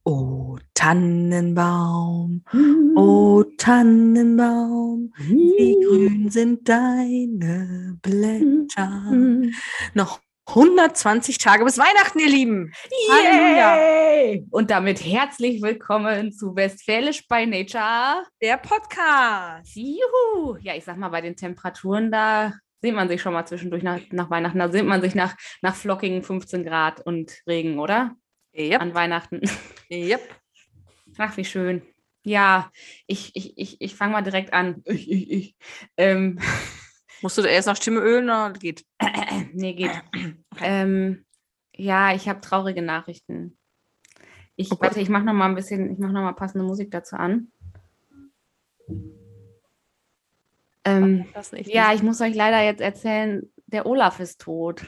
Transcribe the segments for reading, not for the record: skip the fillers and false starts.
O Tannenbaum, o Mm, Tannenbaum, wie mm, grün sind deine mm, Blätter. mm. Noch 120 Tage bis Weihnachten, ihr Lieben. Halleluja. Yay! Und damit herzlich willkommen zu Westfälisch by Nature. Der Podcast. Juhu! Ja, ich sag mal, bei den Temperaturen, da sieht man sich schon mal zwischendurch nach Weihnachten. Da sieht man sich nach flockigen 15 Grad und Regen, oder? An Yep, Weihnachten. yep. Ach, wie schön. Ja, ich fange mal direkt an. Ähm, Musst du erst noch Stimme ölen oder geht? nee, geht. Okay. Ähm, ja, ich habe traurige Nachrichten. Oh Warte, Gott. ich mache noch mal ein bisschen, ich mache noch mal passende Musik dazu an. Das nicht, Ja, Lisa. ich muss euch leider jetzt erzählen, der Olaf ist tot.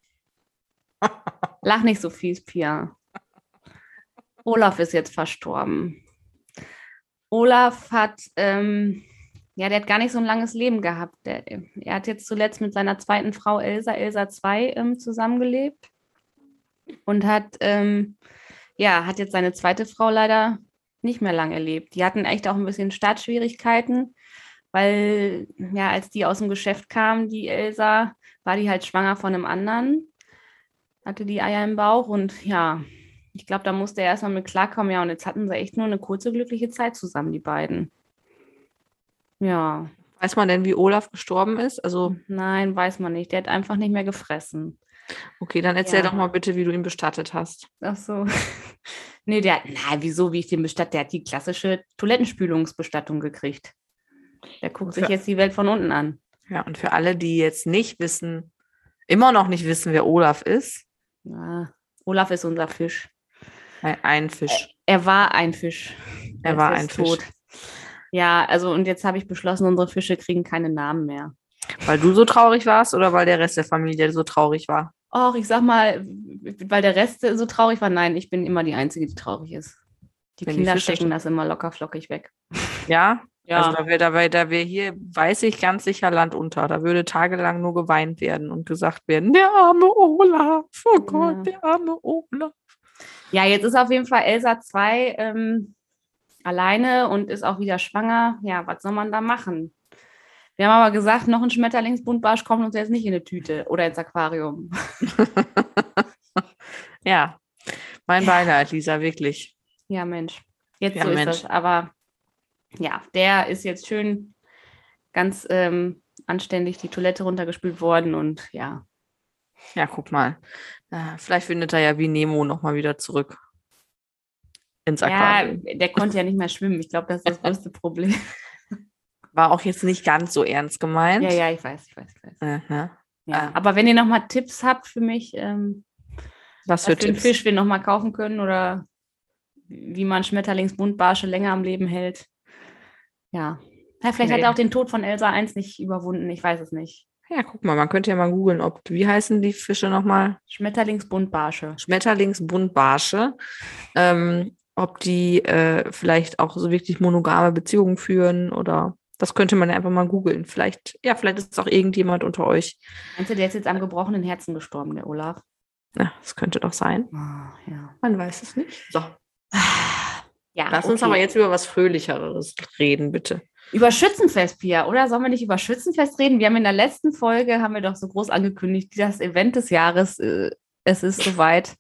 Lach nicht so fies, Pia. Olaf ist jetzt verstorben. Olaf hat, ja, der hat gar nicht so ein langes Leben gehabt. Er hat jetzt zuletzt mit seiner zweiten Frau Elsa 2, zusammengelebt und hat jetzt seine zweite Frau leider nicht mehr lang erlebt. Die hatten echt auch ein bisschen Startschwierigkeiten, weil, ja, als die aus dem Geschäft kam, die Elsa, war die halt schwanger von einem anderen, hatte die Eier im Bauch und ja, ich glaube, da musste er erstmal mit klarkommen. Ja, und jetzt hatten sie echt nur eine kurze, glückliche Zeit zusammen, die beiden. Ja, Weiß man denn, wie Olaf gestorben ist? Also, nein, weiß man nicht. Der hat einfach nicht mehr gefressen. okay, dann erzähl doch Ja, mal bitte, wie du ihn bestattet hast. ach so. Nee, wieso, wie ich den bestatte? Der hat die klassische Toilettenspülungsbestattung gekriegt. Der guckt Und sich für, jetzt die Welt von unten an. ja, und für alle, die jetzt nicht wissen, immer noch nicht wissen, wer Olaf ist, Ja, Olaf ist unser Fisch. ein Fisch. Er war ein Fisch. Er Er ist war ein jetzt Fisch. tot. Ja, also und jetzt habe ich beschlossen, unsere Fische kriegen keine Namen mehr. Weil du so traurig warst oder weil der Rest der Familie so traurig war? Och, ich sag mal, weil der Rest so traurig war. Nein, ich bin immer die Einzige, die traurig ist. Die Wenn die Kinder Fische. stecken das immer locker flockig weg. Ja, also Ja. da wär hier, weiß ich ganz sicher, Land unter. Da würde tagelang nur geweint werden und gesagt werden, der arme Olaf, oh Gott, Ja. der arme Olaf. Ja, jetzt ist auf jeden Fall Elsa 2 alleine und ist auch wieder schwanger. Ja, was soll man da machen? Wir haben aber gesagt, noch ein Schmetterlingsbuntbarsch kommt uns jetzt nicht in eine Tüte oder ins Aquarium. Ja, mein Beileid, Lisa, wirklich. Ja, Mensch. Jetzt Ja, so ist das. Mensch. Aber ja, der ist jetzt schön ganz anständig die Toilette runtergespült worden und ja. Ja, guck mal. Vielleicht findet er ja wie Nemo nochmal wieder zurück ins Ja, Aquarium. der konnte ja nicht mehr schwimmen. Ich glaube, das ist das größte Problem. War auch jetzt nicht ganz so ernst Ja, gemeint. ja, ich weiß, ich weiß, ich weiß. Aha. Ja, aber wenn ihr noch mal Tipps habt für mich, Was was für für einen Tipps? Fisch wir noch mal kaufen können oder wie man Schmetterlingsbuntbarsche länger am Leben hält. Ja. Ja, vielleicht hat er auch Nee. den Tod von Elsa 1 nicht überwunden. Ich weiß es nicht. Ja, guck mal, man könnte ja mal googeln, wie heißen die Fische nochmal? Schmetterlingsbuntbarsche. Schmetterlingsbuntbarsche. Ob die vielleicht auch so wirklich monogame Beziehungen führen oder das könnte man ja einfach mal googeln. Vielleicht, ja, vielleicht ist auch irgendjemand unter euch. Meinst du, der ist jetzt am gebrochenen Herzen gestorben, der Olaf? Ja, das könnte doch sein. Ah, ja. Man weiß es nicht. So, Ja, lass uns aber okay. jetzt über was Fröhlicheres reden, bitte. Über Schützenfest, Pia, oder? Sollen wir nicht über Schützenfest reden? Wir haben in der letzten Folge, haben wir doch so groß angekündigt, das Event des Jahres, es ist soweit.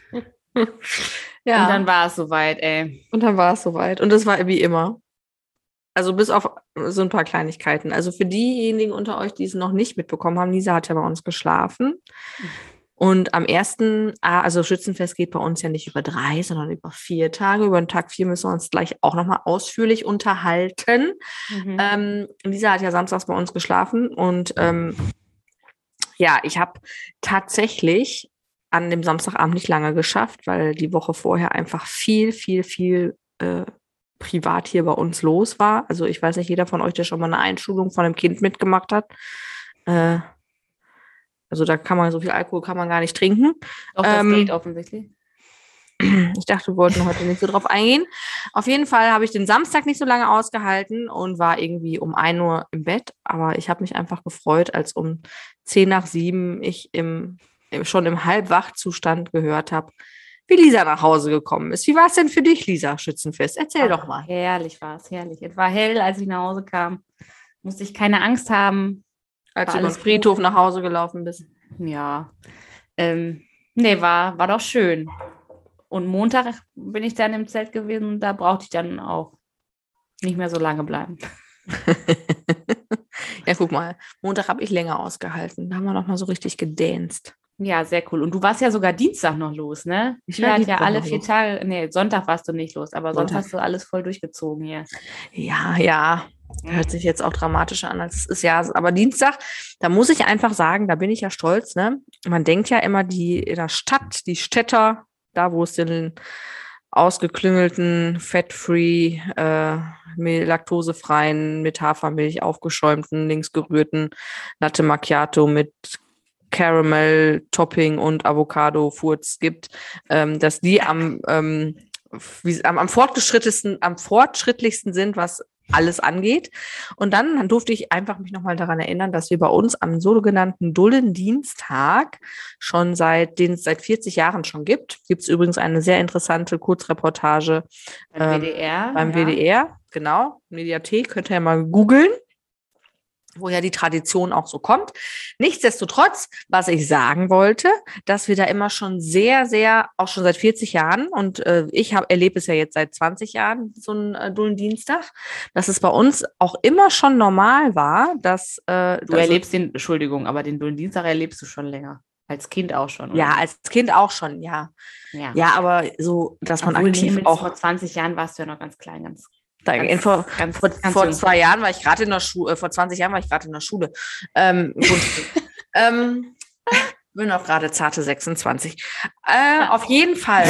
Und dann Ja, war es soweit, ey. und dann war es soweit. Und es war wie immer. Also bis auf so ein paar Kleinigkeiten. Also für diejenigen unter euch, die es noch nicht mitbekommen haben, Lisa hat ja bei uns geschlafen. Und am ersten, also Schützenfest geht bei uns ja nicht über 3, sondern über 4 Tage. Über den Tag 4 müssen wir uns gleich auch nochmal ausführlich unterhalten. Mhm. Lisa hat ja samstags bei uns geschlafen und ja, ich habe tatsächlich an dem Samstagabend nicht lange geschafft, weil die Woche vorher einfach viel privat hier bei uns los war. Also ich weiß nicht, jeder von euch, der schon mal eine Einschulung von einem Kind mitgemacht hat. Äh, also da kann man so viel Alkohol kann man gar nicht trinken. Doch, das geht offensichtlich. Ich dachte, wir wollten heute nicht so drauf eingehen. Auf jeden Fall habe ich den Samstag nicht so lange ausgehalten und war irgendwie um 1 Uhr im Bett. Aber ich habe mich einfach gefreut, als um 10 nach 7 ich schon im Halbwachzustand gehört habe, wie Lisa nach Hause gekommen ist. Wie war es denn für dich, Lisa, Schützenfest? Erzähl doch mal. Herrlich war es, herrlich. Es war hell, als ich nach Hause kam. Musste ich keine Angst haben. Als War du vom alles Friedhof gut. nach Hause gelaufen bist. Ja. Nee, war doch schön. Und Montag bin ich dann im Zelt gewesen und da brauchte ich dann auch nicht mehr so lange bleiben. Ja, guck mal, Montag habe ich länger ausgehalten. Da haben wir noch mal so richtig gedanced. Ja, sehr cool. Und du warst ja sogar Dienstag noch los, ne? Ich Hier war hat ja Dienstag alle noch 4 los. Tage, nee, Sonntag warst du nicht los, aber sonst Sonntag. hast du alles voll durchgezogen hier. Ja, ja. Hört sich jetzt auch dramatischer an, als es ist. Ja, aber Dienstag, da muss ich einfach sagen, da bin ich ja stolz, ne? Man denkt ja immer, die in der Stadt, die Städter, da wo es den ausgeklüngelten, fat-free, laktosefreien, mit Hafermilch aufgeschäumten, links gerührten Latte Macchiato mit Caramel-Topping und Avocado-Furz gibt, dass die am fortschrittlichsten sind, was alles angeht. Und dann durfte ich einfach mich nochmal daran erinnern, dass wir bei uns am sogenannten Dullendienstag den es seit 40 Jahren schon gibt. Gibt es übrigens eine sehr interessante Kurzreportage Beim WDR, beim ja. WDR, genau, Mediathek, könnt ihr ja mal googeln, woher die Tradition auch so kommt. Nichtsdestotrotz, was ich sagen wollte, dass wir da immer schon sehr, sehr, auch schon seit 40 Jahren und ich erlebe es ja jetzt seit 20 Jahren, so einen Dullendienstag, dass es bei uns auch immer schon normal war, dass Du erlebst Entschuldigung, aber den Dienstag erlebst du schon länger. Als Kind auch schon, oder? ja, als Kind auch schon, ja. Ja. Ja, aber so, dass man Obwohl, aktiv nee, auch vor 20 Jahren warst du ja noch ganz klein, vor ganz vor jung. 2 Jahren war ich gerade in der Schule, vor 20 Jahren war ich gerade in der Schule. Gut. Bin auch gerade zarte 26. Auf jeden Fall,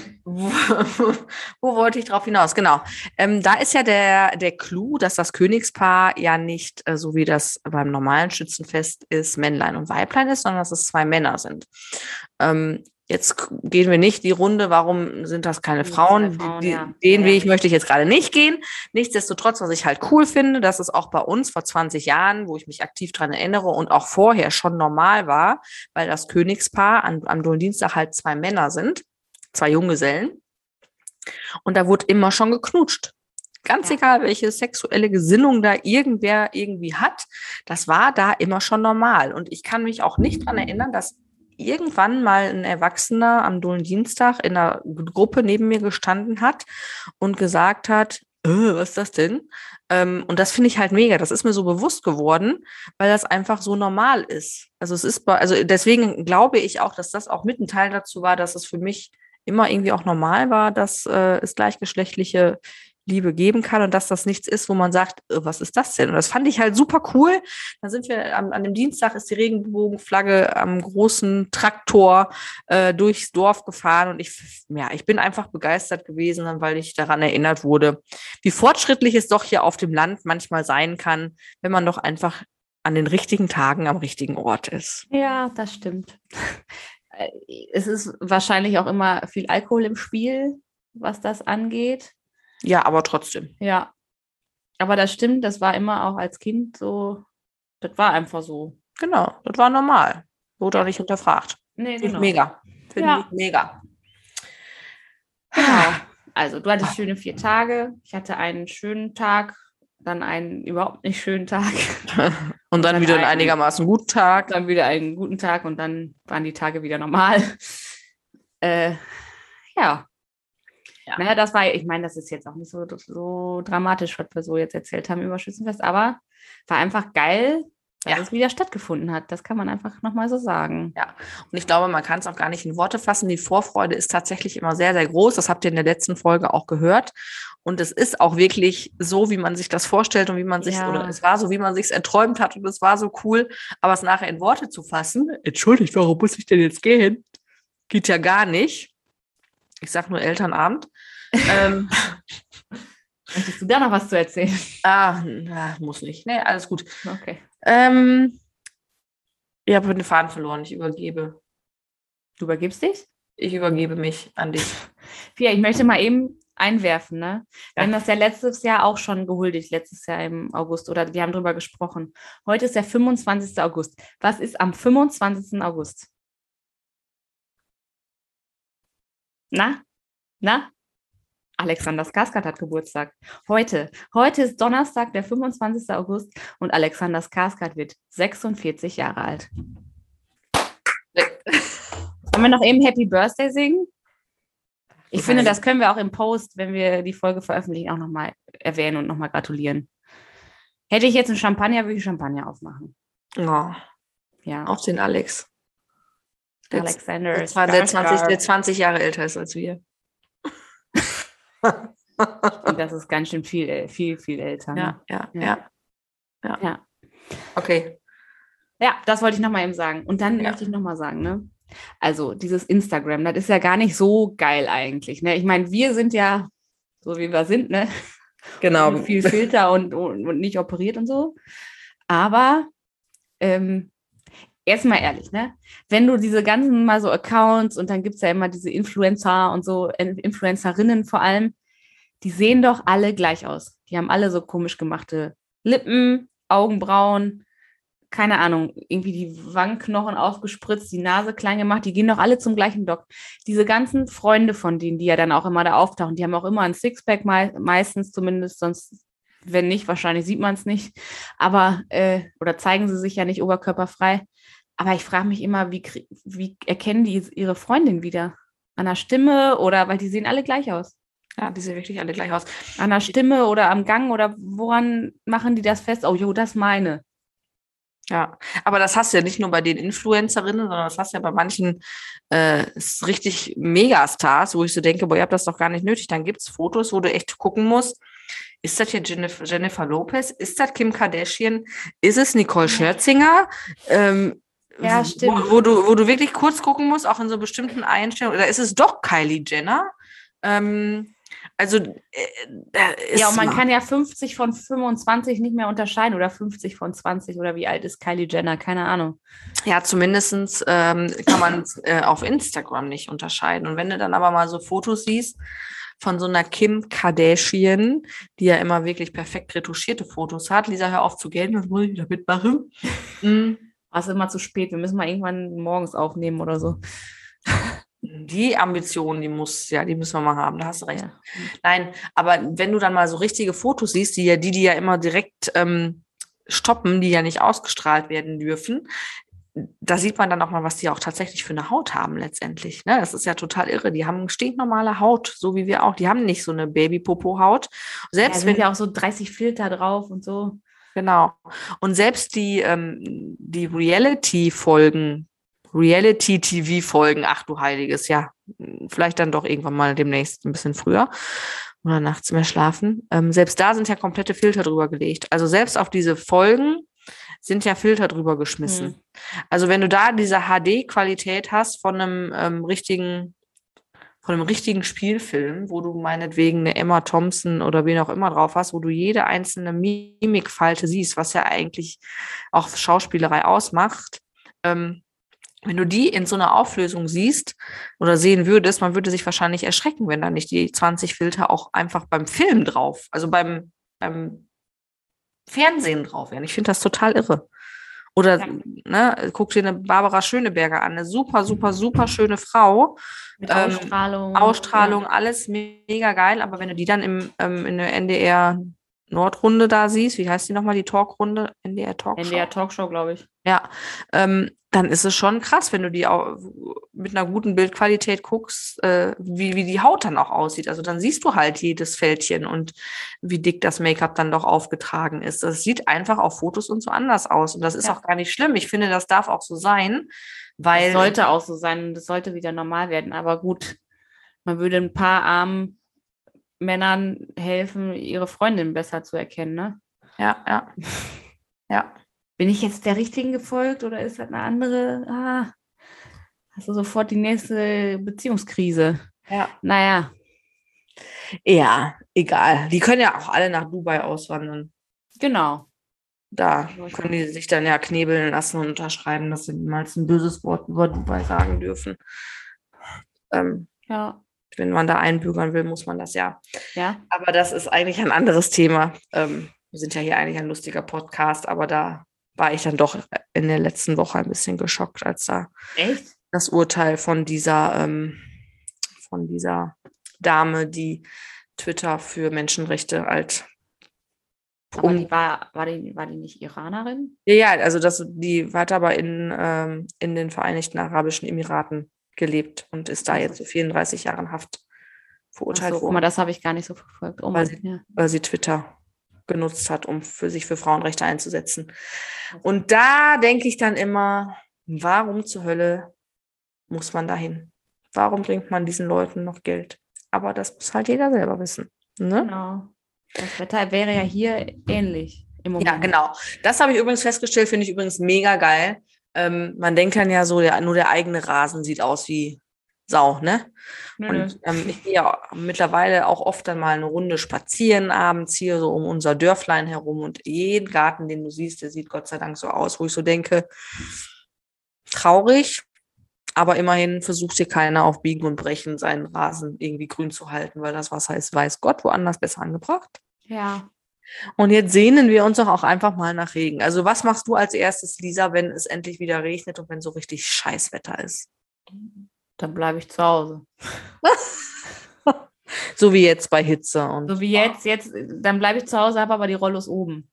wo wollte ich drauf hinaus? Genau. Da ist ja der Clou, dass das Königspaar ja nicht, so wie das beim normalen Schützenfest ist, Männlein und Weiblein ist, sondern dass es 2 Männer sind. Jetzt gehen wir nicht die Runde, warum sind das keine Frauen? Ja. Den Weg möchte ich jetzt gerade nicht gehen. Nichtsdestotrotz, was ich halt cool finde, dass es auch bei uns vor 20 Jahren, wo ich mich aktiv dran erinnere und auch vorher schon normal war, weil das Königspaar am Dullendienstag halt 2 Männer sind, 2 Junggesellen. Und da wurde immer schon geknutscht. Ganz egal, welche sexuelle Gesinnung da irgendwer irgendwie hat, das war da immer schon normal. Und ich kann mich auch nicht dran erinnern, dass irgendwann mal ein Erwachsener am Dullendienstag in einer Gruppe neben mir gestanden hat und gesagt hat, was ist das denn? Und das finde ich halt mega. Das ist mir so bewusst geworden, weil das einfach so normal ist. Also also deswegen glaube ich auch, dass das auch mit ein Teil dazu war, dass es für mich immer irgendwie auch normal war, dass es gleichgeschlechtliche Liebe geben kann und dass das nichts ist, wo man sagt, was ist das denn? Und das fand ich halt super cool. Dann sind wir an dem Dienstag ist die Regenbogenflagge am großen Traktor durchs Dorf gefahren und ich bin einfach begeistert gewesen, weil ich daran erinnert wurde, wie fortschrittlich es doch hier auf dem Land manchmal sein kann, wenn man doch einfach an den richtigen Tagen am richtigen Ort ist. Ja, das stimmt. Es ist wahrscheinlich auch immer viel Alkohol im Spiel, was das angeht. Ja, aber trotzdem. Ja, aber das stimmt, das war immer auch als Kind so, das war einfach so. Genau, das war normal. Wurde auch nicht hinterfragt. Nee, Finde ich genau. mega. Finde ich mega. Genau. Also du hattest schöne 4 Tage. Ich hatte einen schönen Tag, dann einen überhaupt nicht schönen Tag. Und dann wieder einen einigermaßen guten Tag. Dann wieder einen guten Tag und dann waren die Tage wieder normal. Ja. Naja, das war, ich meine, das ist jetzt auch nicht so dramatisch, was wir so jetzt erzählt haben über Schützenfest, aber war einfach geil, dass es wieder stattgefunden hat. Das kann man einfach nochmal so sagen. Ja, und ich glaube, man kann es auch gar nicht in Worte fassen. Die Vorfreude ist tatsächlich immer sehr, sehr groß. Das habt ihr in der letzten Folge auch gehört. Und es ist auch wirklich so, wie man sich das vorstellt und wie man sich, oder es war so, wie man sich es erträumt hat und es war so cool. Aber es nachher in Worte zu fassen, entschuldigt, warum muss ich denn jetzt gehen? Geht ja gar nicht. Ich sag nur Elternabend. Möchtest du da noch was zu erzählen? Muss nicht. Nee, alles gut. Okay. Ich habe den Faden verloren. Ich übergebe. Du übergibst dich? Ich übergebe mich an dich. Pia, ich möchte mal eben einwerfen, ne? Wir haben das ja letztes Jahr auch schon gehuldigt, letztes Jahr im August, oder wir haben drüber gesprochen. Heute ist der 25. August. Was ist am 25. August? Na? Alexander Skarsgård hat Geburtstag. Heute ist Donnerstag, der 25. August und Alexander Skarsgård wird 46 Jahre alt. Wollen wir noch eben Happy Birthday singen? Ich finde, das können wir auch im Post, wenn wir die Folge veröffentlichen, auch nochmal erwähnen und nochmal gratulieren. Hätte ich jetzt einen Champagner, würde ich Champagner aufmachen. Oh, ja. Auf den Alex. Alexander der 20 Jahre älter ist als wir. Und das ist ganz schön viel älter. Ne? Ja. Okay. Ja, das wollte ich nochmal eben sagen. Und dann möchte ich nochmal sagen, ne? Also dieses Instagram, das ist ja gar nicht so geil eigentlich. Ne? Ich meine, wir sind ja so, wie wir sind, ne? Genau. Mit viel Filter und nicht operiert und so. Aber erstmal ehrlich, ne? Wenn du diese ganzen mal so Accounts und dann gibt es ja immer diese Influencer und so, Influencerinnen vor allem, die sehen doch alle gleich aus. Die haben alle so komisch gemachte Lippen, Augenbrauen, keine Ahnung, irgendwie die Wangenknochen aufgespritzt, die Nase klein gemacht, die gehen doch alle zum gleichen Doc. Diese ganzen Freunde von denen, die ja dann auch immer da auftauchen, die haben auch immer ein Sixpack, meistens zumindest, sonst, wenn nicht, wahrscheinlich sieht man es nicht, aber, oder zeigen sie sich ja nicht oberkörperfrei. Aber ich frage mich immer, wie erkennen die ihre Freundin wieder? An der Stimme oder, weil die sehen alle gleich aus. Ja, die sehen wirklich alle gleich aus. An der Stimme oder am Gang oder woran machen die das fest? Oh, jo, das meine. Ja, aber das hast du ja nicht nur bei den Influencerinnen, sondern das hast du ja bei manchen richtig Megastars, wo ich so denke, boah, ihr habt das doch gar nicht nötig. Dann gibt es Fotos, wo du echt gucken musst, ist das hier Jennifer Lopez? Ist das Kim Kardashian? Ist es Nicole Scherzinger? Ja, stimmt. Wo du wirklich kurz gucken musst, auch in so bestimmten Einstellungen. Oder ist es doch Kylie Jenner? Also, ja, und man kann ja 50 von 25 nicht mehr unterscheiden oder 50 von 20 oder wie alt ist Kylie Jenner? Keine Ahnung. Ja, zumindest kann man es auf Instagram nicht unterscheiden. Und wenn du dann aber mal so Fotos siehst von so einer Kim Kardashian, die ja immer wirklich perfekt retuschierte Fotos hat, Lisa, hör auf zu gehen, das muss ich wieder mitmachen. Es ist immer zu spät, wir müssen mal irgendwann morgens aufnehmen oder so. Die Ambition, die müssen wir mal haben, da hast du recht. Ja. Nein, aber wenn du dann mal so richtige Fotos siehst, die ja immer direkt stoppen, die ja nicht ausgestrahlt werden dürfen, da sieht man dann auch mal, was die auch tatsächlich für eine Haut haben letztendlich. Ne? Das ist ja total irre. Die haben stinknormale Haut, so wie wir auch. Die haben nicht so eine Baby-Popo-Haut. Selbst sind ja auch so 30 Filter drauf und so. Genau. Und selbst die Reality-Folgen, Reality-TV-Folgen, ach du Heiliges, ja, vielleicht dann doch irgendwann mal demnächst ein bisschen früher oder nachts mehr schlafen. Selbst da sind ja komplette Filter drüber gelegt. Also selbst auf diese Folgen sind ja Filter drüber geschmissen. Also wenn du da diese HD-Qualität hast von einem richtigen Spielfilm, wo du meinetwegen eine Emma Thompson oder wen auch immer drauf hast, wo du jede einzelne Mimikfalte siehst, was ja eigentlich auch Schauspielerei ausmacht, wenn du die in so einer Auflösung siehst oder sehen würdest, man würde sich wahrscheinlich erschrecken, wenn da nicht die 20 Filter auch einfach beim Film drauf, also beim Fernsehen drauf wären. Ich finde das total irre. Oder guck dir eine Barbara Schöneberger an, eine super, super, super schöne Frau. Mit Ausstrahlung. Ausstrahlung, alles mega geil, aber wenn du die dann in der NDR Nordrunde da siehst, wie heißt die nochmal, die Talkrunde? NDR Talkshow? NDR Talkshow, glaube ich. Ja, dann ist es schon krass, wenn du die auch mit einer guten Bildqualität guckst, wie die Haut dann auch aussieht. Also dann siehst du halt jedes Fältchen und wie dick das Make-up dann doch aufgetragen ist. Das sieht einfach auf Fotos und so anders aus. Und das ist auch gar nicht schlimm. Ich finde, das darf auch so sein, weil... Das sollte auch so sein und das sollte wieder normal werden. Aber gut, man würde ein paar armen Männern helfen, ihre Freundin besser zu erkennen, ne? Ja. Bin ich jetzt der Richtigen gefolgt oder ist das eine andere? Hast du sofort die nächste Beziehungskrise? Ja. Naja. Ja, egal. Die können ja auch alle nach Dubai auswandern. Genau. Da können die sich dann ja knebeln lassen und unterschreiben, dass sie niemals ein böses Wort über Dubai sagen dürfen. Ja. Wenn man da einbürgern will, muss man das ja. Ja. Aber das ist eigentlich ein anderes Thema. Wir sind ja hier eigentlich ein lustiger Podcast, aber da war ich dann doch in der letzten Woche ein bisschen geschockt, als da das Urteil von dieser von dieser Dame, die Twitter für Menschenrechte halt Aber die war die nicht Iranerin? Ja, also die hat aber in den Vereinigten Arabischen Emiraten gelebt und ist da jetzt zu 34 Jahren Haft verurteilt Guck mal, worden, das habe ich gar nicht so verfolgt. Oh Mann, ja. weil sie Twitter genutzt hat, um sich für Frauenrechte einzusetzen. Und da denke ich dann immer, warum zur Hölle muss man dahin? Warum bringt man diesen Leuten noch Geld? Aber das muss halt jeder selber wissen. Ne? Genau. Das Wetter wäre ja hier ähnlich im Moment. Ja, genau. Das habe ich übrigens festgestellt, finde ich übrigens mega geil. Man denkt dann ja so, nur der eigene Rasen sieht aus wie Sau, ne? Und ich gehe ja mittlerweile auch oft dann mal eine Runde spazieren abends hier so um unser Dörflein herum und jeden Garten, den du siehst, der sieht Gott sei Dank so aus, wo ich so denke, traurig, aber immerhin versucht hier keiner auf Biegen und Brechen seinen Rasen irgendwie grün zu halten, weil das Wasser ist, weiß Gott, woanders besser angebracht. Ja. Und jetzt sehnen wir uns doch auch einfach mal nach Regen. Also was machst du als erstes, Lisa, wenn es endlich wieder regnet und wenn so richtig Scheißwetter ist? Dann bleibe ich zu Hause. So wie jetzt bei Hitze. Und so wie jetzt, dann bleibe ich zu Hause, habe aber die Rollos oben.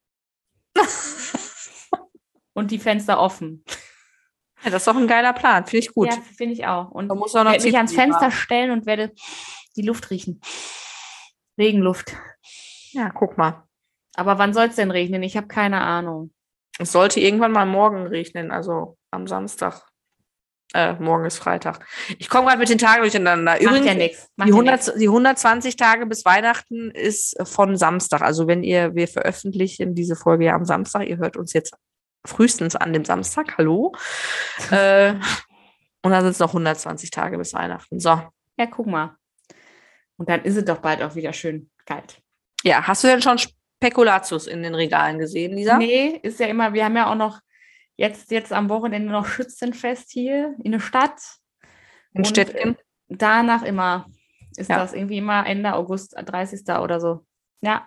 Und die Fenster offen. Ja, das ist doch ein geiler Plan, finde ich gut. Ja, finde ich auch. Und da muss auch noch werde mich ans Fenster stellen und werde die Luft riechen. Regenluft. Ja, guck mal. Aber wann soll es denn regnen? Ich habe keine Ahnung. Es sollte irgendwann mal morgen regnen, also am Samstag. Morgen ist Freitag. Ich komme gerade mit den Tagen durcheinander. Übrigens, ja nichts. Die 120 Tage bis Weihnachten ist von Samstag. Also wir veröffentlichen diese Folge ja am Samstag. Ihr hört uns jetzt frühestens an dem Samstag. Hallo. Und dann sind es noch 120 Tage bis Weihnachten. So. Ja, guck mal. Und dann ist es doch bald auch wieder schön kalt. Ja, hast du denn schon Spekulatius in den Regalen gesehen, Lisa? Nee, ist ja immer, wir haben ja auch noch jetzt am Wochenende noch Schützenfest hier in der Stadt. In Städtchen? Danach immer ist das irgendwie immer Ende August, 30. oder so. Ja.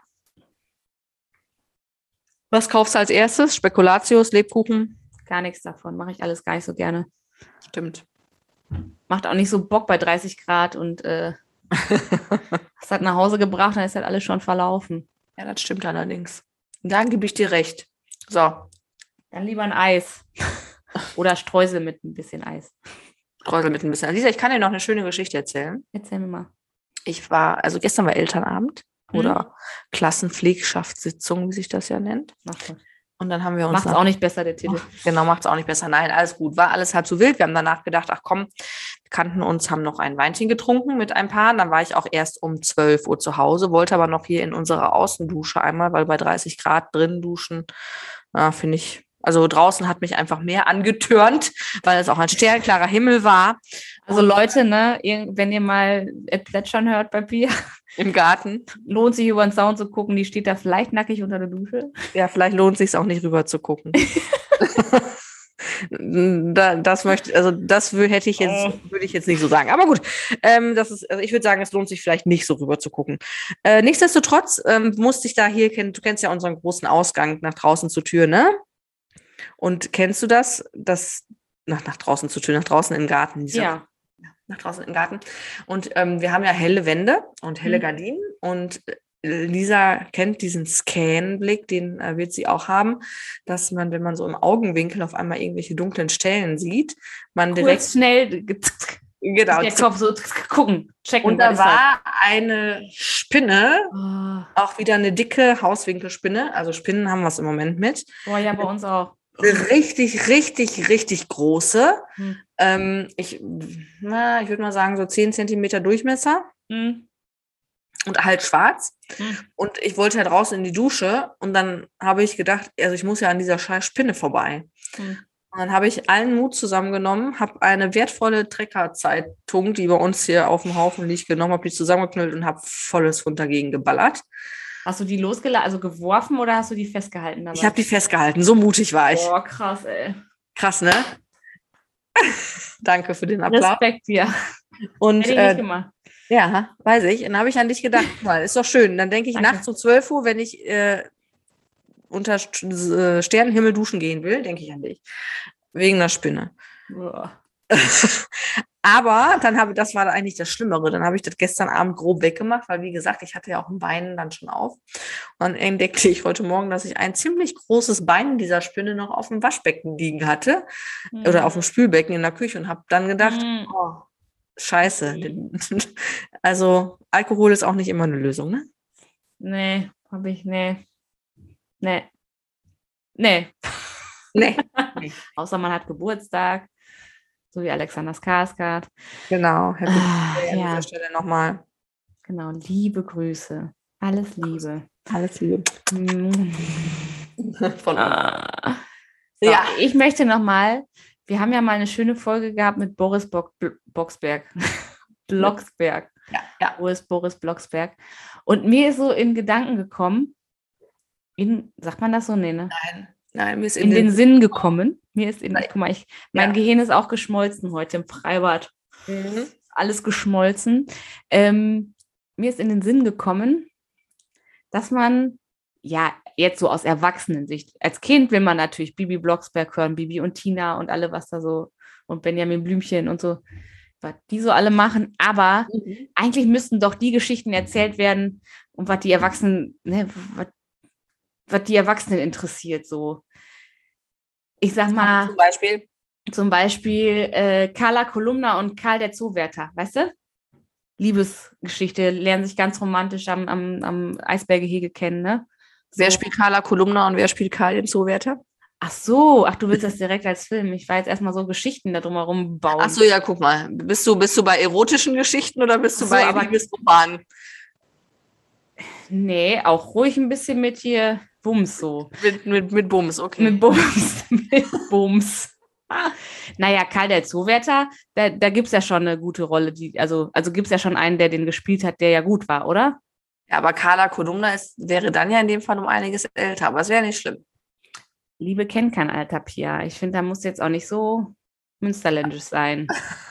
Was kaufst du als erstes? Spekulatius, Lebkuchen? Gar nichts davon. Mache ich alles gar nicht so gerne. Stimmt. Macht auch nicht so Bock bei 30 Grad und hast halt nach Hause gebracht, dann ist halt alles schon verlaufen. Ja, das stimmt allerdings. Da gebe ich dir recht. So. Dann lieber ein Eis. Oder Streusel mit ein bisschen Eis. Streusel mit ein bisschen. Lisa, ich kann dir noch eine schöne Geschichte erzählen. Erzähl mir mal. Gestern war Elternabend oder Klassenpflegschaftssitzung, wie sich das ja nennt. Und dann haben wir uns. Macht's auch nicht besser, der Titel. Genau, macht's auch nicht besser. Nein, alles gut. War alles halb so wild. Wir haben danach gedacht, ach komm, wir kannten uns, haben noch ein Weinchen getrunken mit ein paar. Dann war ich auch erst um 12 Uhr zu Hause, wollte aber noch hier in unserer Außendusche einmal, weil bei 30 Grad drin duschen, finde ich. Also draußen hat mich einfach mehr angetörnt, weil es auch ein sternklarer Himmel war. Also Leute, ne, wenn ihr mal Plätschern hört bei Pia im Garten, lohnt sich über den Zaun zu gucken, die steht da vielleicht nackig unter der Dusche. Ja, vielleicht lohnt sich auch nicht rüber zu gucken. Würde ich jetzt nicht so sagen. Aber gut, ich würde sagen, es lohnt sich vielleicht nicht so rüber zu gucken. Nichtsdestotrotz musste ich da hier, du kennst ja unseren großen Ausgang nach draußen zur Tür, ne? Und kennst du das nach draußen zur Tür, nach draußen im Garten? Ja. Nach draußen im Garten. Und wir haben ja helle Wände und helle Gardinen. Und Lisa kennt diesen Scan-Blick, den wird sie auch haben, dass man, wenn man so im Augenwinkel auf einmal irgendwelche dunklen Stellen sieht, man direkt schnell genau, der Kopf so gucken, checken. Und da war eine Spinne, auch wieder eine dicke Hauswinkelspinne. Also Spinnen haben wir es im Moment mit. Boah, ja, bei uns auch. Richtig, richtig, richtig große. Ich würde mal sagen, so 10 Zentimeter Durchmesser. Und halt schwarz. Und ich wollte halt raus in die Dusche. Und dann habe ich gedacht, also ich muss ja an dieser scheiß Spinne vorbei. Und dann habe ich allen Mut zusammengenommen, habe eine wertvolle Trecker-Zeitung, die bei uns hier auf dem Haufen liegt, genommen, habe die zusammengeknüllt und habe volles Fund dagegen geballert. Hast du die also geworfen oder hast du die festgehalten dabei? Ich habe die festgehalten, so mutig war ich. Boah, krass, ey. Krass, ne? Danke für den Applaus. Respekt, ja. Und hätte ich nicht gemacht. Ja, weiß ich. Und dann habe ich an dich gedacht, mal, ist doch schön. Dann denke ich nachts um 12 Uhr, wenn ich unter Sternenhimmel duschen gehen will, denke ich an dich. Wegen der Spinne. Aber das war eigentlich das Schlimmere. Dann habe ich das gestern Abend grob weggemacht, weil wie gesagt, ich hatte ja auch ein Bein dann schon auf. Und dann entdeckte ich heute Morgen, dass ich ein ziemlich großes Bein dieser Spinne noch auf dem Waschbecken liegen hatte oder auf dem Spülbecken in der Küche und habe dann gedacht, oh, Scheiße. Also Alkohol ist auch nicht immer eine Lösung, ne? Nee, Nee. Nee. Außer man hat Geburtstag, so wie Alexander Skarsgård. Genau. Happy Birthday an ja. dieser Stelle nochmal. Genau, liebe Grüße. Alles Liebe. Alles Liebe. Von uns. So, ja. Ich möchte nochmal, wir haben ja mal eine schöne Folge gehabt mit Boris Blocksberg. Blocksberg. Ja. Wo ist Boris Blocksberg? Und mir ist so in Gedanken gekommen, sagt man das so? Nee, ne? Nein, mir ist in den Sinn gekommen. Guck mal, mein Gehirn ist auch geschmolzen heute im Freibad. Alles geschmolzen. Mir ist in den Sinn gekommen, dass man, ja, jetzt so aus Erwachsenensicht, als Kind will man natürlich Bibi Blocksberg hören, Bibi und Tina und alle, was da so, und Benjamin Blümchen und so, was die so alle machen, aber eigentlich müssten doch die Geschichten erzählt werden, und was die Erwachsenen, ne, was die Erwachsenen interessiert, so. Ich sag mal, zum Beispiel Carla Kolumna und Karl der Zoowärter, weißt du? Liebesgeschichte, lernen sich ganz romantisch am Eisberggehege kennen, ne? So. Wer spielt Carla Kolumna und wer spielt Karl den Zoowärter? Ach so, du willst das direkt als Film. Ich war jetzt erstmal so Geschichten da drumherum bauen. Ach so, ja, guck mal. Bist du bei erotischen Geschichten oder bist du bei Liebesromanen? Nee, auch ruhig ein bisschen mit hier Bums so. Mit Bums, okay. Mit Bums. Naja, Karl der Zoowärter, da gibt es ja schon eine gute Rolle. Also gibt es ja schon einen, der den gespielt hat, der ja gut war, oder? Ja, aber Carla Kolumna wäre dann ja in dem Fall um einiges älter, aber es wäre nicht schlimm. Liebe kennt kein Alter, Pia. Ich finde, da muss jetzt auch nicht so münsterländisch sein.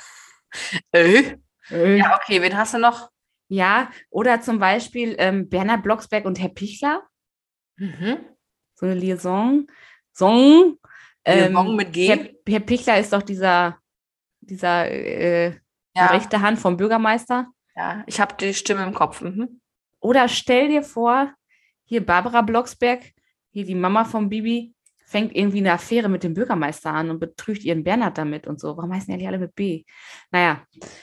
Ja, okay, wen hast du noch? Ja, oder zum Beispiel Bernhard Blocksberg und Herr Pichler. So eine Liaison. Liaison mit G. Herr Pichler ist doch dieser rechte Hand vom Bürgermeister. Ja, ich habe die Stimme im Kopf. Oder stell dir vor, hier Barbara Blocksberg, hier die Mama von Bibi, fängt irgendwie eine Affäre mit dem Bürgermeister an und betrügt ihren Bernhard damit und so. Warum heißen die eigentlich alle mit B? Naja.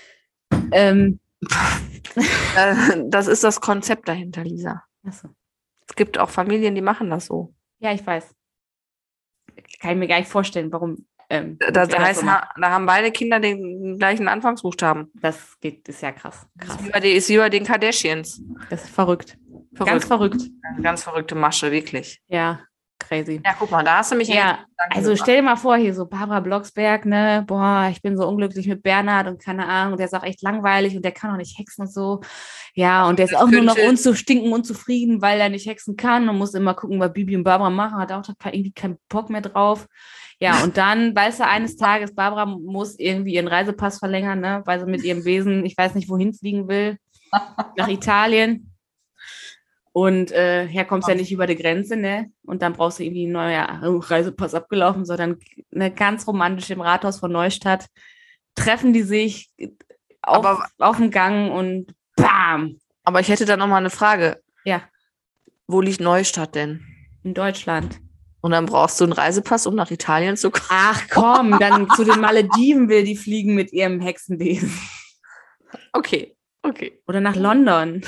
Das ist das Konzept dahinter, Lisa. Achso. Es gibt auch Familien, die machen das so. Ja, ich weiß. Kann ich mir gar nicht vorstellen, warum. Da haben beide Kinder den gleichen Anfangsbuchstaben. Das ist ja krass. Ist wie bei den Kardashians. Das ist verrückt. Ganz verrückt. Eine ganz verrückte Masche, wirklich. Ja, crazy. Ja, guck mal, da hast du mich also stell dir mal vor, hier so Barbara Blocksberg, ne, boah, ich bin so unglücklich mit Bernhard und keine Ahnung, der ist auch echt langweilig und der kann auch nicht hexen und so. Ja, und der ist auch nur noch unzufrieden, weil er nicht hexen kann und muss immer gucken, was Bibi und Barbara machen, hat auch irgendwie keinen Bock mehr drauf. Ja, und dann, weißt du, eines Tages, Barbara muss irgendwie ihren Reisepass verlängern, ne, weil sie mit ihrem Wesen, ich weiß nicht, wohin fliegen will, nach Italien. Und kommst ja nicht über die Grenze, ne? Und dann brauchst du irgendwie einen neuen Reisepass abgelaufen, sondern ganz romantisch im Rathaus von Neustadt treffen die sich auf dem Gang und bam! Aber ich hätte da nochmal eine Frage. Ja. Wo liegt Neustadt denn? In Deutschland. Und dann brauchst du einen Reisepass, um nach Italien zu kommen? Ach komm, dann zu den Malediven will die fliegen mit ihrem Hexenwesen. Okay. Oder nach London.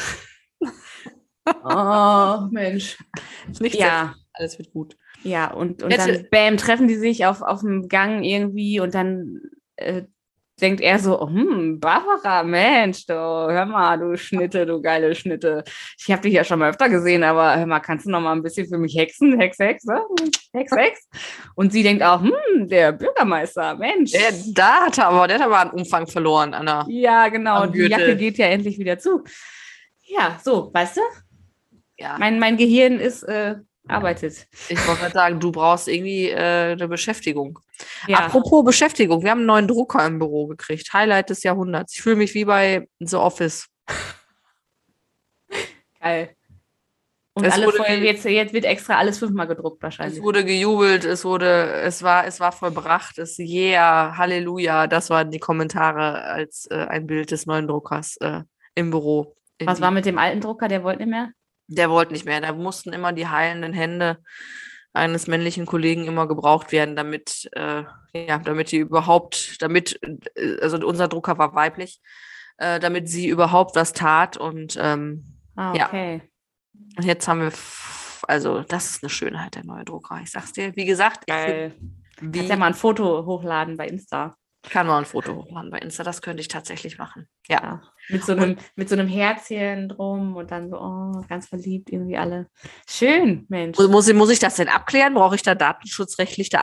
Oh, Mensch. Nicht sehr, alles wird gut. Ja, und dann bam, treffen die sich auf dem Gang irgendwie und dann denkt er so, Barbara, Mensch, du, hör mal, du Schnitte, du geile Schnitte. Ich habe dich ja schon mal öfter gesehen, aber hör mal, kannst du noch mal ein bisschen für mich hexen? Hex, ne? Hex. Und sie denkt auch, der Bürgermeister, Mensch. Der hat aber an Umfang verloren, Anna. Ja, genau, die Jacke geht ja endlich wieder zu. Ja, so, weißt du? Ja. Mein Gehirn arbeitet. Ich wollte gerade sagen, du brauchst irgendwie eine Beschäftigung. Ja. Apropos Beschäftigung, wir haben einen neuen Drucker im Büro gekriegt. Highlight des Jahrhunderts. Ich fühle mich wie bei The Office. Geil. Und alle Folgen, jetzt wird extra alles 5-mal gedruckt wahrscheinlich. Es wurde gejubelt, es war vollbracht, Halleluja, das waren die Kommentare als ein Bild des neuen Druckers im Büro. Was war mit dem alten Drucker, der wollte nicht mehr? Der wollte nicht mehr, da mussten immer die heilenden Hände eines männlichen Kollegen immer gebraucht werden, damit unser Drucker war weiblich, damit sie überhaupt was tat und okay. Und jetzt haben wir, also das ist eine Schönheit, der neue Drucker. Ich sag's dir, wie gesagt, geil. Kannst ja mal ein Foto hochladen bei Insta. Kann man ein Foto hochladen bei Insta, das könnte ich tatsächlich machen. Ja. Mit so einem Herzchen drum und dann so, ganz verliebt irgendwie alle. Schön, Mensch. Muss ich das denn abklären? Brauche ich da datenschutzrechtliche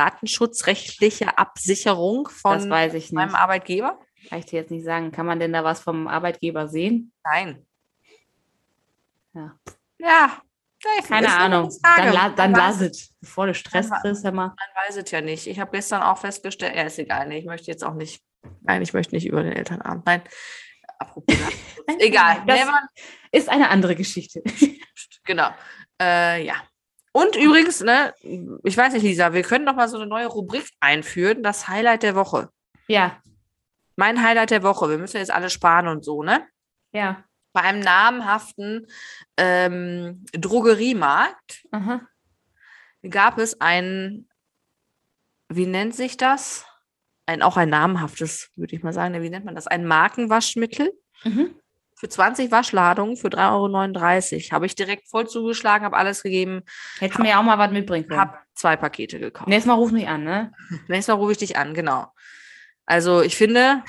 Absicherung von meinem Arbeitgeber? Kann ich dir jetzt nicht sagen. Kann man denn da was vom Arbeitgeber sehen? Nein. Ja. Keine Ahnung. Dann lass es. Bevor du Stress kriegst, hör mal. Man weiß es ja nicht. Ich habe gestern auch festgestellt, ist egal. Nee, ich möchte jetzt auch nicht. Nein, ich möchte nicht über den Elternabend. Nein, apropos. Egal. Das ist eine andere Geschichte. Genau. Ja. Und übrigens, ich weiß nicht, Lisa, wir können doch mal so eine neue Rubrik einführen, das Highlight der Woche. Ja. Mein Highlight der Woche. Wir müssen jetzt alle sparen und so, ne? Ja. Bei einem namhaften Drogeriemarkt gab es wie nennt sich das? Auch ein namhaftes, würde ich mal sagen. Wie nennt man das? Ein Markenwaschmittel für 20 Waschladungen für 3,39 €. Habe ich direkt voll zugeschlagen, habe alles gegeben. Hättest du mir ja auch mal was mitbringen können. Habe 2 Pakete gekauft. Nächstes Mal ruf mich an, ne? Nächstes Mal rufe ich dich an, genau. Also ich finde...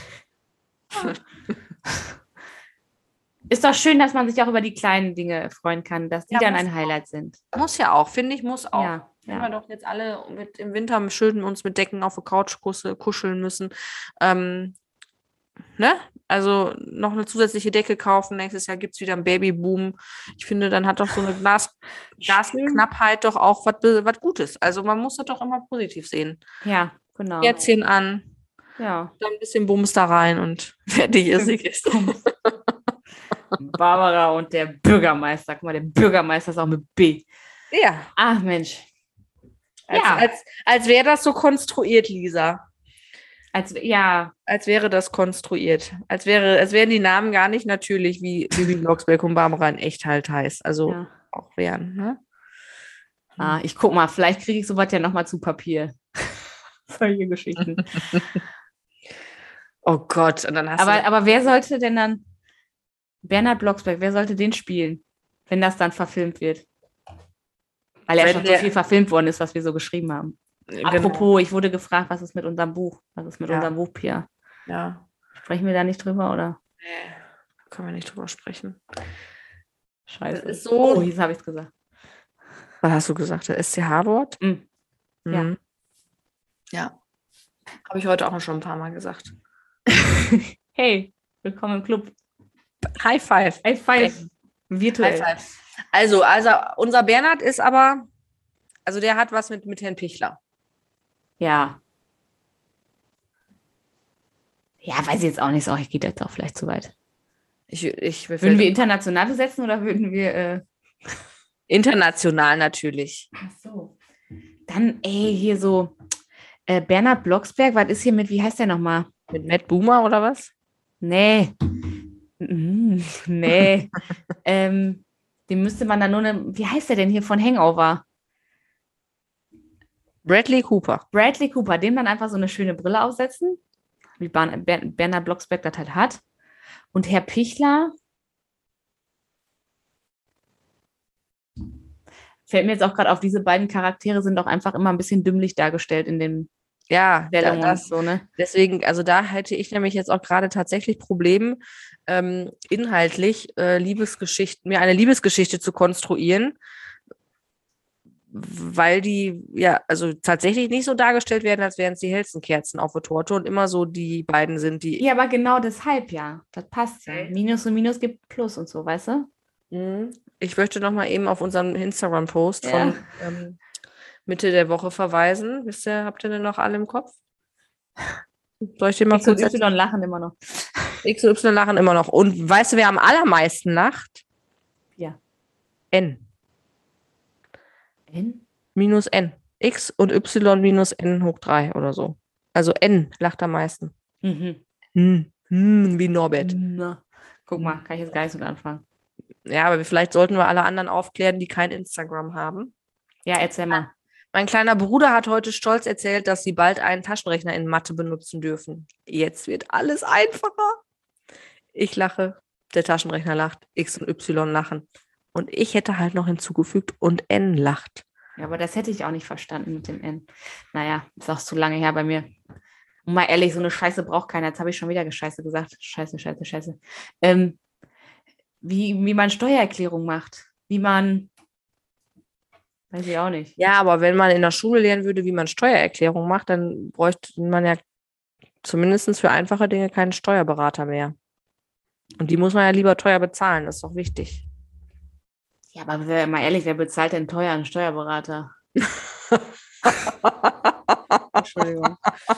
Ist doch schön, dass man sich auch über die kleinen Dinge freuen kann, dass die dann ein Highlight sind. Muss ja auch, finde ich, muss auch. Ja. Wenn wir doch jetzt alle im Winter schön uns mit Decken auf der Couch kuscheln müssen. Also noch eine zusätzliche Decke kaufen. Nächstes Jahr gibt es wieder einen Babyboom. Ich finde, dann hat doch so eine Glasknappheit doch auch was Gutes. Also man muss das doch immer positiv sehen. Ja, genau. Kerzchen an, dann ein bisschen Bums da rein und fertig ist die Kiste. Barbara und der Bürgermeister. Guck mal, der Bürgermeister ist auch mit B. Ja. Ach, Mensch. Als wäre das so konstruiert, Lisa. Als wäre das konstruiert. Als wären die Namen gar nicht natürlich, wie Bibi Blocksberg und Barbara in echt halt heißt. Also auch wären, ne? Ich guck mal, vielleicht kriege ich sowas ja nochmal zu Papier. Solche Geschichten. Oh Gott. Und dann aber wer sollte denn dann Bernhard Blocksberg, wer sollte den spielen, wenn das dann verfilmt wird? Weil ja schon so viel verfilmt worden ist, was wir so geschrieben haben. Genau. Apropos, ich wurde gefragt, was ist mit unserem Buch? Was ist mit unserem Buch, Pia? Ja. Sprechen wir da nicht drüber, oder? Nee, können wir nicht drüber sprechen. Scheiße. Das ist so. Oh, jetzt habe ich es gesagt. Was hast du gesagt? Das SCH-Wort? Ja. Ja. Habe ich heute auch schon ein paar Mal gesagt. Hey, willkommen im Club. High Five. High Five. Virtuell. High Five. Also unser Bernhard ist aber, also der hat was mit Herrn Pichler. Ja. Ja, weiß ich jetzt auch nicht so. Ich gehe jetzt auch vielleicht zu weit. Würden wir international besetzen oder würden wir... International natürlich. Ach so. Dann, hier so Bernhard Blocksberg, was ist hier wie heißt der nochmal? Mit Matt Boomer oder was? Nee. Nee. Den müsste man dann wie heißt der denn hier von Hangover? Bradley Cooper. Dem dann einfach so eine schöne Brille aufsetzen, wie Bernhard Blocksberg das halt hat. Und Herr Pichler fällt mir jetzt auch gerade auf, diese beiden Charaktere sind auch einfach immer ein bisschen dümmlich dargestellt in den so, ne? Deswegen, also da hätte ich nämlich jetzt auch gerade tatsächlich Probleme, inhaltlich mir eine Liebesgeschichte zu konstruieren, weil die also tatsächlich nicht so dargestellt werden, als wären es die hellsten Kerzen auf der Torte und immer so die beiden sind, die... Ja, aber genau deshalb das passt ja. Minus und Minus gibt Plus und so, weißt du? Ich möchte noch mal eben auf unseren Instagram-Post von Mitte der Woche verweisen. Habt ihr denn noch alle im Kopf? Soll ich dir mal kurz... XY lachen immer noch. XY lachen immer noch. Und weißt du, wer am allermeisten lacht? Ja. N. N? Minus N. X und Y minus N hoch 3 oder so. Also N lacht am meisten. Mhm. Wie Norbert. Na. Guck mal, kann ich jetzt gar nicht so mit anfangen. Ja, aber vielleicht sollten wir alle anderen aufklären, die kein Instagram haben. Ja, erzähl mal. Mein kleiner Bruder hat heute stolz erzählt, dass sie bald einen Taschenrechner in Mathe benutzen dürfen. Jetzt wird alles einfacher. Ich lache, der Taschenrechner lacht, X und Y lachen. Und ich hätte halt noch hinzugefügt und N lacht. Ja, aber das hätte ich auch nicht verstanden mit dem N. Naja, ist auch zu lange her bei mir. Und mal ehrlich, so eine Scheiße braucht keiner. Jetzt habe ich schon wieder Scheiße gesagt. Scheiße. Wie man Steuererklärung macht. Wie man, weiß ich auch nicht. Ja, aber wenn man in der Schule lernen würde, wie man Steuererklärung macht, dann bräuchte man ja zumindest für einfache Dinge keinen Steuerberater mehr. Und die muss man ja lieber teuer bezahlen, das ist doch wichtig. Ja, aber mal ehrlich, wer bezahlt denn teuer einen Steuerberater? Entschuldigung.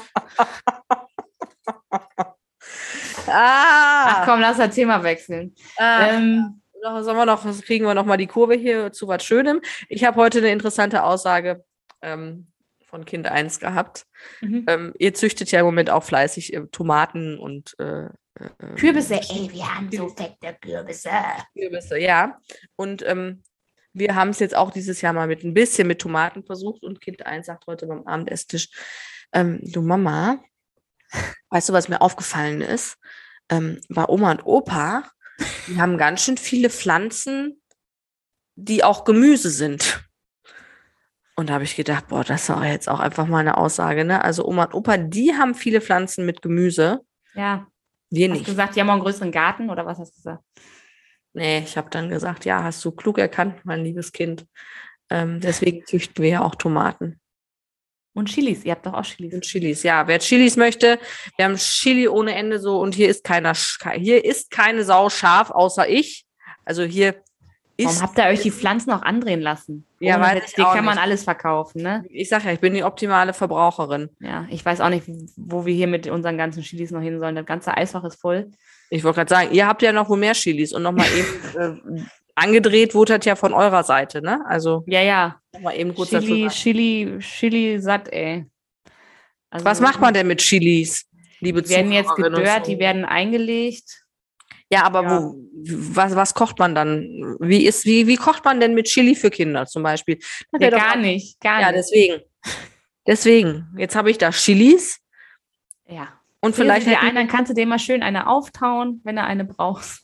Ach komm, lass das Thema wechseln. Kriegen wir noch mal die Kurve hier zu was Schönem. Ich habe heute eine interessante Aussage von Kind 1 gehabt. Ihr züchtet ja im Moment auch fleißig Tomaten und Kürbisse, ey, wir haben so fette Kürbisse. Kürbisse, ja. Und wir haben es jetzt auch dieses Jahr mal mit ein bisschen mit Tomaten versucht und Kind 1 sagt heute beim Abendesstisch, du Mama, weißt du, was mir aufgefallen ist? Bei Oma und Opa, die haben ganz schön viele Pflanzen, die auch Gemüse sind. Und da habe ich gedacht, boah, das war jetzt auch einfach mal eine Aussage, ne? Also Oma und Opa, die haben viele Pflanzen mit Gemüse. Ja. Wir nicht. Hast du gesagt, die haben auch einen größeren Garten oder was hast du gesagt? Nee, ich habe dann gesagt, ja, hast du klug erkannt, mein liebes Kind. Deswegen züchten wir ja auch Tomaten. Und Chilis, ihr habt doch auch Chilis. Und Chilis, ja. Wer Chilis möchte, wir haben Chili ohne Ende so und hier ist keine Sau scharf, außer ich. Also hier ist. Warum habt ihr euch die Pflanzen auch andrehen lassen? Ja, weil die kann man alles verkaufen, ne? Ich sag ja, ich bin die optimale Verbraucherin. Ja, ich weiß auch nicht, wo wir hier mit unseren ganzen Chilis noch hin sollen. Das ganze Eisfach ist voll. Ich wollte gerade sagen, ihr habt ja noch wohl mehr Chilis und nochmal eben angedreht wurde das ja von eurer Seite, ne? Also ja. Nochmal eben kurz Chili satt, ey. Also, was macht man denn mit Chilis, liebe Zuhörer? Die werden jetzt gedörrt, die werden eingelegt. Ja, aber ja. Was kocht man dann? Wie kocht man denn mit Chili für Kinder zum Beispiel? Ja, gar nicht. Ja, deswegen. Jetzt habe ich da Chilis. Ja. Und vielleicht dann kannst du dir mal schön eine auftauen, wenn du eine brauchst.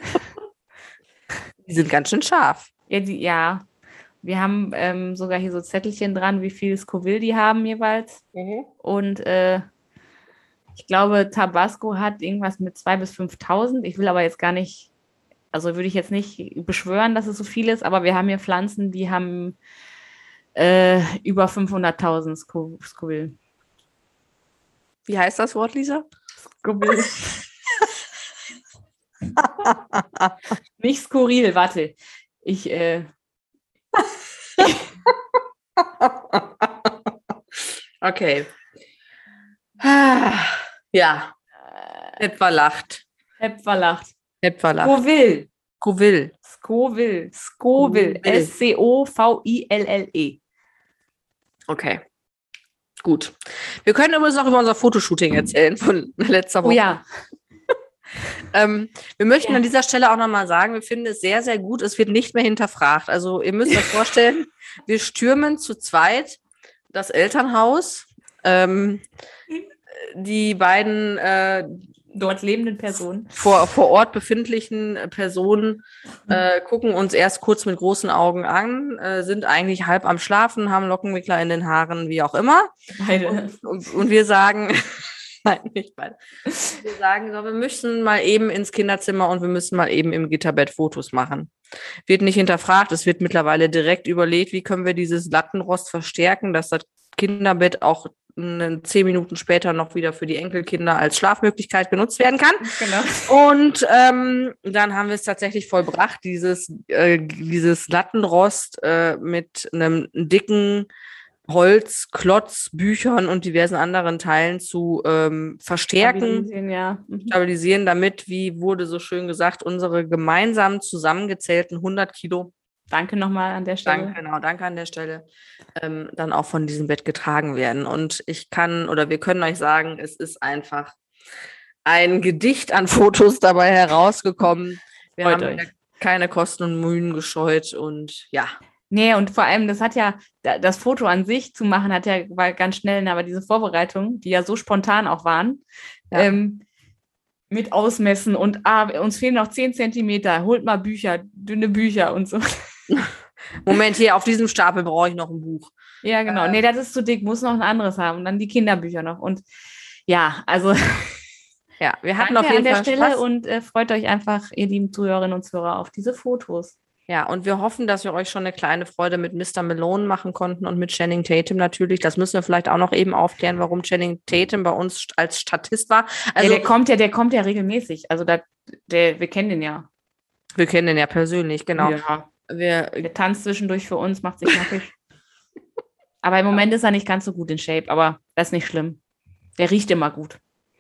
Die sind ganz schön scharf. Ja. Wir haben sogar hier so Zettelchen dran, wie viel Scoville die haben jeweils. Und ich glaube, Tabasco hat irgendwas mit 2.000 bis 5.000. Ich will aber jetzt gar nicht, also würde ich jetzt nicht beschwören, dass es so viel ist, aber wir haben hier Pflanzen, die haben über 500.000 Scoville. Wie heißt das Wort, Lisa? Scoville. Nicht skurril, warte. Okay. Ja. Etwa lacht. Scoville. Scoville. Scoville. Okay. Gut. Wir können übrigens noch über unser Fotoshooting erzählen von letzter Woche. Oh ja. Wir möchten an dieser Stelle auch nochmal sagen, wir finden es sehr, sehr gut. Es wird nicht mehr hinterfragt. Also ihr müsst euch vorstellen, wir stürmen zu zweit das Elternhaus. Die beiden dort lebenden Personen, vor Ort befindlichen Personen gucken uns erst kurz mit großen Augen an, sind eigentlich halb am Schlafen, haben Lockenwickler in den Haaren, wie auch immer. Und wir sagen, nein, nicht beide. Wir sagen, so, wir müssen mal eben ins Kinderzimmer und wir müssen mal eben im Gitterbett Fotos machen. Wird nicht hinterfragt, es wird mittlerweile direkt überlegt, wie können wir dieses Lattenrost verstärken, dass das Kinderbett auch 10 Minuten später noch wieder für die Enkelkinder als Schlafmöglichkeit genutzt werden kann. Genau. Und dann haben wir es tatsächlich vollbracht, dieses Lattenrost mit einem dicken Holzklotz, Büchern und diversen anderen Teilen zu verstärken, stabilisieren, damit, wie wurde so schön gesagt, unsere gemeinsam zusammengezählten 100 Kilo Danke nochmal an der Stelle. Danke an der Stelle, dann auch von diesem Bett getragen werden. Und wir können euch sagen, es ist einfach ein Gedicht an Fotos dabei herausgekommen. Wir Freut haben euch. ja keine Kosten und Mühen gescheut und ja. Nee, und vor allem, das Foto an sich zu machen, war ganz schnell, aber diese Vorbereitungen, die ja so spontan auch waren, Ja. mit Ausmessen und uns fehlen noch 10 Zentimeter, holt mal Bücher, dünne Bücher und so. Moment, hier auf diesem Stapel brauche ich noch ein Buch. Ja, genau. Nee, das ist zu dick, muss noch ein anderes haben. Und dann die Kinderbücher noch. Und ja, also Ja, wir hatten danke auf jeden an der Fall Stelle Spaß. und freut euch einfach, ihr lieben Zuhörerinnen und Zuhörer, auf diese Fotos. Ja, und wir hoffen, dass wir euch schon eine kleine Freude mit Mr. Malone machen konnten und mit Channing Tatum natürlich. Das müssen wir vielleicht auch noch eben aufklären, warum Channing Tatum bei uns als Statist war. Also, der kommt ja regelmäßig. Also wir kennen den ja. Wir kennen den ja persönlich, genau. Ja. Der tanzt zwischendurch für uns, macht sich nackig. Aber im Moment ist er nicht ganz so gut in Shape, aber das ist nicht schlimm. Der riecht immer gut.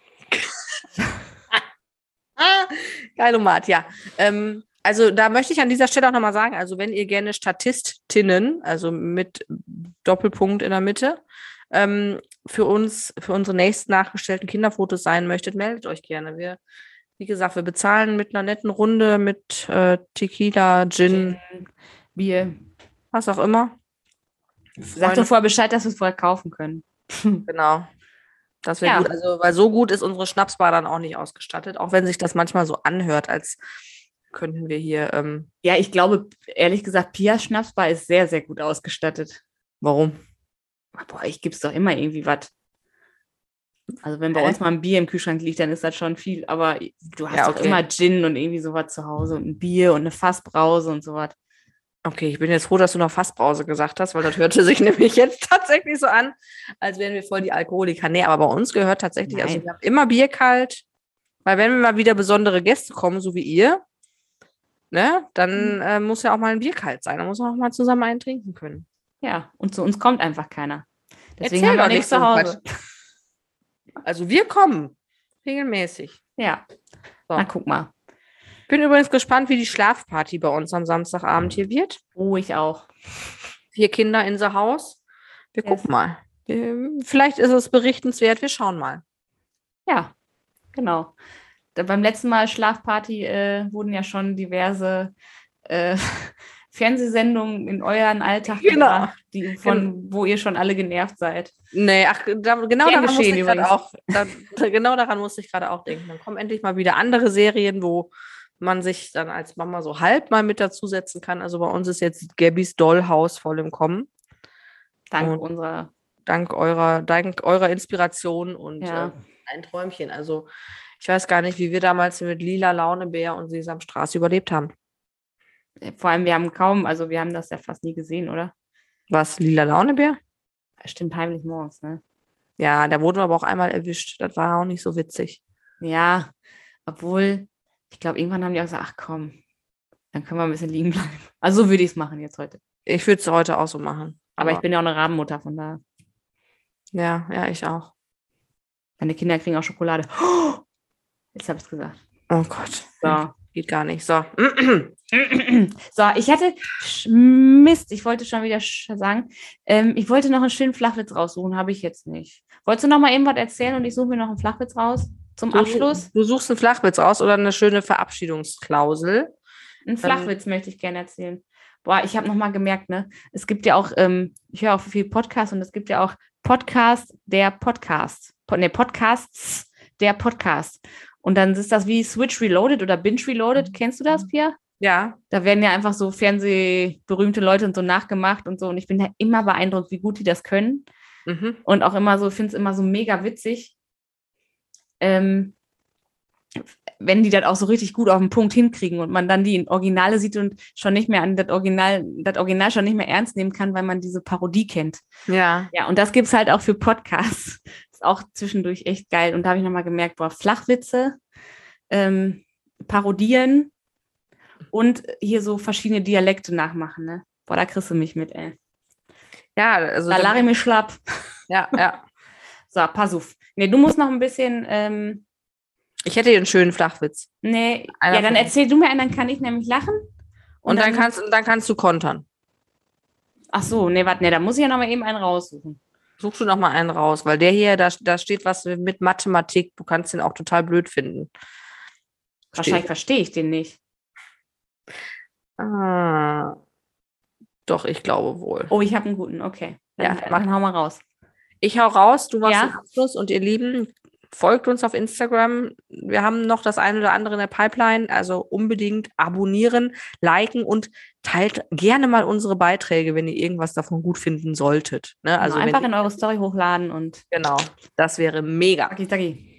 Geilomat, ja. Also da möchte ich an dieser Stelle auch nochmal sagen, also wenn ihr gerne Statistinnen, also mit Doppelpunkt in der Mitte, für unsere nächsten nachgestellten Kinderfotos sein möchtet, meldet euch gerne. Wie gesagt, wir bezahlen mit einer netten Runde mit Tequila, Gin, Bier, was auch immer. Sagt uns vorher Bescheid, dass wir es vorher kaufen können. Genau. Das wäre gut. Also, weil so gut ist unsere Schnapsbar dann auch nicht ausgestattet, auch wenn sich das manchmal so anhört, als könnten wir hier. Ja, ich glaube, ehrlich gesagt, Pias Schnapsbar ist sehr, sehr gut ausgestattet. Warum? Boah, ich gib's doch immer irgendwie was. Also wenn bei uns mal ein Bier im Kühlschrank liegt, dann ist das schon viel. Aber du hast doch immer Gin und irgendwie sowas zu Hause und ein Bier und eine Fassbrause und sowas. Okay, ich bin jetzt froh, dass du noch Fassbrause gesagt hast, weil das hörte sich nämlich jetzt tatsächlich so an, als wären wir voll die Alkoholiker. Nee, aber bei uns gehört tatsächlich, also wir haben immer Bier kalt, weil wenn wir mal wieder besondere Gäste kommen, so wie ihr, ne, dann muss ja auch mal ein Bier kalt sein. Dann muss man auch mal zusammen einen trinken können. Ja, und zu uns kommt einfach keiner. Deswegen haben wir nichts zu Hause. Also wir kommen regelmäßig. Ja, so. Na guck mal. Ich bin übrigens gespannt, wie die Schlafparty bei uns am Samstagabend hier wird. Oh, ich auch. 4 Kinder in the Haus. Wir gucken mal. Vielleicht ist es berichtenswert. Wir schauen mal. Ja, genau. Beim letzten Mal Schlafparty wurden ja schon diverse Fernsehsendungen in euren Alltag gebracht, wo ihr schon alle genervt seid. Nee, genau daran musste ich gerade auch denken. Dann kommen endlich mal wieder andere Serien, wo man sich dann als Mama so halb mal mit dazusetzen kann. Also bei uns ist jetzt Gabbys Dollhaus voll im Kommen. Dank eurer Inspiration und ein Träumchen. Also ich weiß gar nicht, wie wir damals mit Lila Launebär und Sesamstraße überlebt haben. Vor allem, wir haben das ja fast nie gesehen, oder? Was, Lila Launebär? Stimmt, heimlich morgens, ne? Ja, da wurden wir aber auch einmal erwischt. Das war auch nicht so witzig. Ja, obwohl, ich glaube, irgendwann haben die auch gesagt, ach komm, dann können wir ein bisschen liegen bleiben. Also so würde ich es machen jetzt heute. Ich würde es heute auch so machen. Aber ich bin ja auch eine Rabenmutter, von daher. Ja, ich auch. Meine Kinder kriegen auch Schokolade. Oh, jetzt habe ich es gesagt. Oh Gott. So. Geht gar nicht. So. So, ich hatte Mist, ich wollte schon wieder sagen, ich wollte noch einen schönen Flachwitz raussuchen, habe ich jetzt nicht. Wolltest du noch mal eben was erzählen und ich suche mir noch einen Flachwitz raus zum Abschluss? Du suchst einen Flachwitz raus oder eine schöne Verabschiedungsklausel? Einen Flachwitz möchte ich gerne erzählen. Boah, ich habe noch mal gemerkt, ne, es gibt ja auch, ich höre auch viel Podcasts und es gibt ja auch Podcasts der Podcast. Und dann ist das wie Switch Reloaded oder Binge Reloaded. Kennst du das, Pia? Ja. Da werden ja einfach so fernsehberühmte Leute und so nachgemacht und so. Und ich bin da immer beeindruckt, wie gut die das können. Mhm. Und auch immer so, finde es immer so mega witzig, wenn die das auch so richtig gut auf den Punkt hinkriegen und man dann die Originale sieht und schon nicht mehr an das Original schon nicht mehr ernst nehmen kann, weil man diese Parodie kennt. Ja. Ja, und das gibt es halt auch für Podcasts. Ist auch zwischendurch echt geil. Und da habe ich nochmal gemerkt, boah, Flachwitze, parodieren und hier so verschiedene Dialekte nachmachen, ne? Boah, da kriegst du mich mit, ey. Ja, also. Da lache ich mich schlapp. Ja. So, pass auf. Nee, du musst noch ein bisschen. Ich hätte hier einen schönen Flachwitz. Nee, ja, dann erzähl du mir einen, dann kann ich nämlich lachen. Und dann kannst du kontern. Ach so, nee, warte, nee, da muss ich ja noch mal eben einen raussuchen. Suchst du noch mal einen raus, weil der hier, da steht was mit Mathematik. Du kannst den auch total blöd finden. Wahrscheinlich verstehe ich den nicht. Ah, doch, ich glaube wohl. Oh, ich habe einen guten, okay. Dann hau mal raus. Ich hau raus, du machst Ja. den Abschluss und ihr Lieben, folgt uns auf Instagram. Wir haben noch das eine oder andere in der Pipeline, also unbedingt abonnieren, liken und teilt gerne mal unsere Beiträge, wenn ihr irgendwas davon gut finden solltet. Ne? Genau, Also einfach in eure Story hochladen und. Genau, das wäre mega. Taki.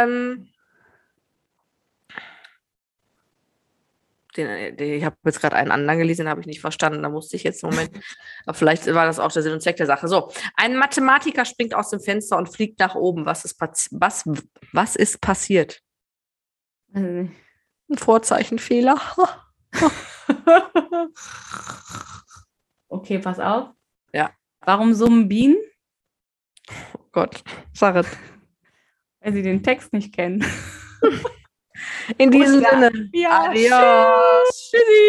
Ich habe jetzt gerade einen anderen gelesen, den habe ich nicht verstanden. Da musste ich jetzt einen Moment. Aber vielleicht war das auch der Sinn und Zweck der Sache. So, ein Mathematiker springt aus dem Fenster und fliegt nach oben. Was ist passiert? Ein Vorzeichenfehler. Okay, pass auf. Ja. Warum summen Bienen? Oh Gott, sag es. Weil sie den Text nicht kennen. In diesem Sinne. Ja, Adios. Tschüssi.